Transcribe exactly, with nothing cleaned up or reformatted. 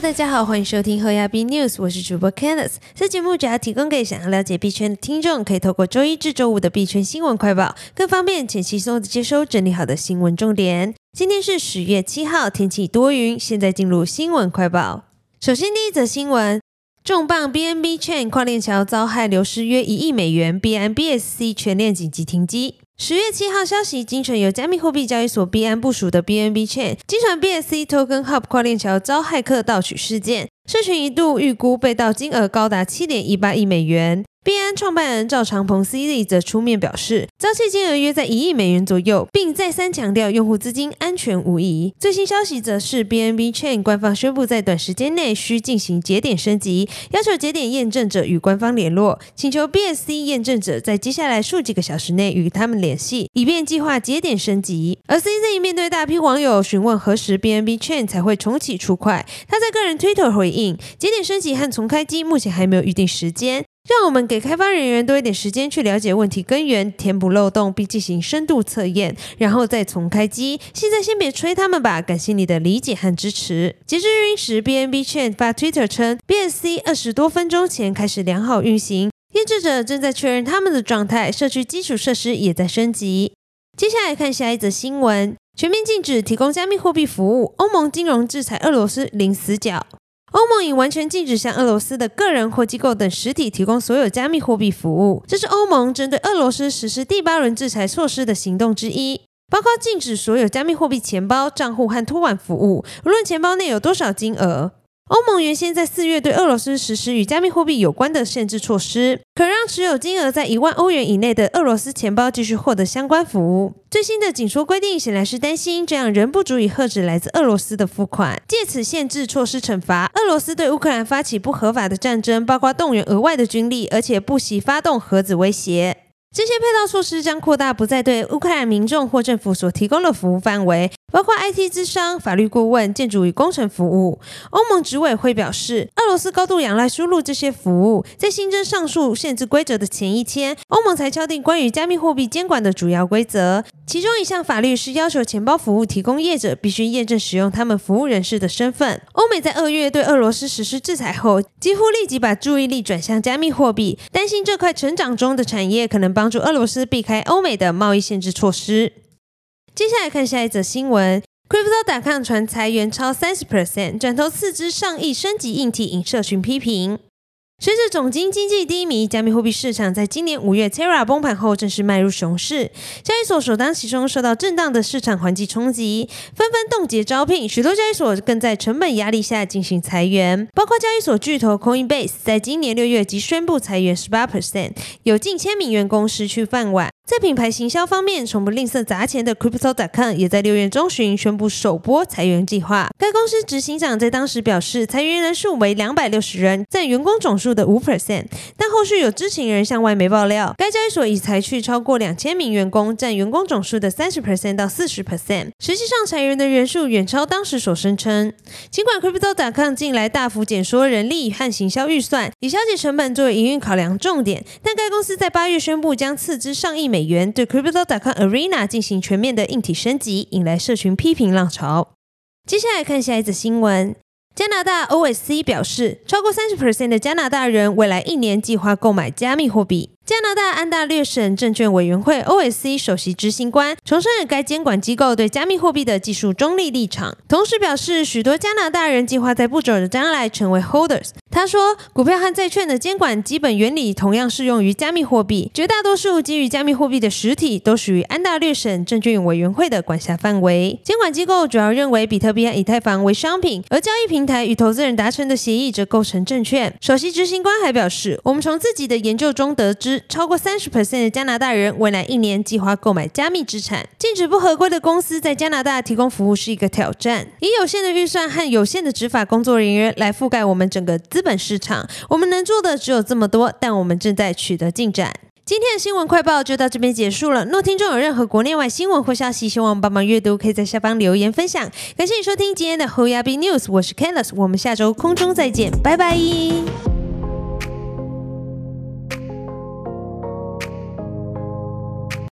大家好，欢迎收听后亚币 News， 我是主播 Candice。这节目主要提供给想要了解币圈的听众，可以透过周一至周五的币圈新闻快报，更方便且轻松的接收整理好的新闻重点。今天是十月七号，天气多云。现在进入新闻快报。首先第一则新闻，重磅 B N B Chain 跨链桥遭害，流失约一亿美元，币安 B S C 全链紧急停机。十月七号消息，经传由加密货币交易所币安部署的 B N B Chain 经传 B S C Token Hub 跨链桥遭骇客盗取事件，社群一度预估被盗金额高达 七点一八亿美元。币安创办人赵长鹏 C D 则出面表示，遭窃金额约在一亿美元左右，并再三强调用户资金安全无疑。最新消息则是 B N B Chain 官方宣布在短时间内需进行节点升级，要求节点验证者与官方联络，请求 B S C 验证者在接下来数几个小时内与他们联系，以便计划节点升级。而 C Z 面对大批网友询问何时 B N B Chain 才会重启出块，他在个人 Twitter 回应，节点升级和重开机目前还没有预定时间，让我们给开发人员多一点时间去了解问题根源，填补漏洞，并进行深度测验，然后再重开机。现在先别催他们吧，感谢你的理解和支持。截至日音时 ，B N B Chain 发 Twitter 称 ，B S C 二十多分钟前开始良好运行，验证者正在确认他们的状态，社区基础设施也在升级。接下来看下一则新闻，全面禁止提供加密货币服务，欧盟金融制裁俄罗斯零死角。欧盟已完全禁止向俄罗斯的个人或机构等实体提供所有加密货币服务，这是欧盟针对俄罗斯实施第八轮制裁措施的行动之一，包括禁止所有加密货币钱包、账户和托管服务，无论钱包内有多少金额。欧盟原先在四月对俄罗斯实施与加密货币有关的限制措施，可让持有金额在一万欧元以内的俄罗斯钱包继续获得相关服务。最新的紧缩规定显然是担心这样仍不足以遏制来自俄罗斯的付款，借此限制措施惩罚俄罗斯对乌克兰发起不合法的战争，包括动员额外的军力，而且不惜发动核子威胁。这些配套措施将扩大不再对乌克兰民众或政府所提供的服务范围，包括 I T 咨商、法律顾问、建筑与工程服务。欧盟执委会表示，俄罗斯高度仰赖输入这些服务，在新增上述限制规则的前一天，欧盟才敲定关于加密货币监管的主要规则，其中一项法律是要求钱包服务提供业者必须验证使用他们服务人士的身份。欧美在二月对俄罗斯实施制裁后，几乎立即把注意力转向加密货币，担心这块成长中的产业可能帮助俄罗斯避开欧美的贸易限制措施。接下来看下一则新闻， Crypto 点 com 传裁员超 百分之三十， 转投四支上亿升级硬体引社群批评。随着总经经济低迷，加密货币市场在今年五月 Terra 崩盘后正式迈入熊市，交易所首当其冲受到震荡的市场环境冲击，纷纷冻结招聘，许多交易所更在成本压力下进行裁员，包括交易所巨头 Coinbase 在今年六月即宣布裁员 百分之十八， 有近千名员工失去饭碗。在品牌行销方面，从不吝啬砸钱的 Crypto 点 com 也在六月中旬宣布首波裁员计划。该公司执行长在当时表示，裁员人数为两百六十人，占员工总数的 百分之五， 但后续有知情人向外媒爆料，该交易所已裁去超过两千名员工，占员工总数的 百分之三十 到 百分之四十， 实际上裁员的人数远超当时所声称。尽管 Crypto 点 com 近来大幅减缩人力和行销预算，以消解成本作为营运考量重点，但该公司在八月宣布将斥资上亿美元对 Crypto 点 com Arena 进行全面的硬体升级，引来社群批评浪潮。接下来看下一则新闻，加拿大 O S C 表示，超过 百分之三十 的加拿大人未来一年计划购买加密货币。加拿大安大略省证券委员会 O S C 首席执行官重申了该监管机构对加密货币的技术中立立场，同时表示许多加拿大人计划在不久的将来成为 holders。他说，股票和债券的监管基本原理同样适用于加密货币，绝大多数基于加密货币的实体都属于安大略省证券委员会的管辖范围。监管机构主要认为比特币和以太坊为商品，而交易平台与投资人达成的协议则构成证券。首席执行官还表示，我们从自己的研究中得知，超过 百分之三十 的加拿大人未来一年计划购买加密资产。禁止不合规的公司在加拿大提供服务是一个挑战，以有限的预算和有限的执法工作人员来覆盖我们整个资本市场，我们能做的只有这么多，但我们正在取得进展。今天的新闻快报就到这边结束了。若听众有任何国内外新闻或消息，希望帮忙阅读，可以在下方留言分享。感谢你收听今天的后亚币 News， 我是 Candice， 我们下周空中再见，拜拜。